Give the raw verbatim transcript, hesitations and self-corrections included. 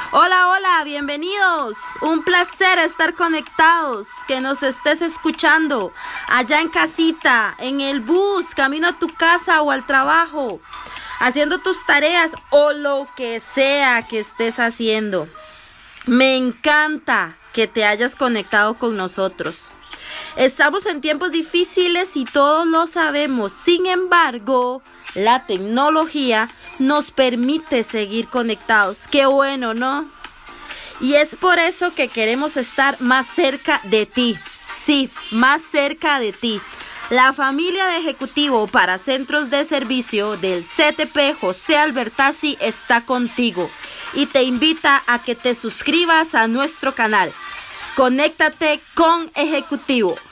Hola, hola, bienvenidos. Un placer estar conectados, que nos estés escuchando allá en casita, en el bus, camino a tu casa o al trabajo, haciendo tus tareas o lo que sea que estés haciendo. Me encanta que te hayas conectado con nosotros. Estamos en tiempos difíciles y todos lo sabemos. Sin embargo, la tecnología nos permite seguir conectados. Qué bueno, ¿no? Y es por eso que queremos estar más cerca de ti. Sí, más cerca de ti. La familia de Ejecutivo para Centros de Servicio del C T P José Albertazzi está contigo y te invita a que te suscribas a nuestro canal. Conéctate con Ejecutivo.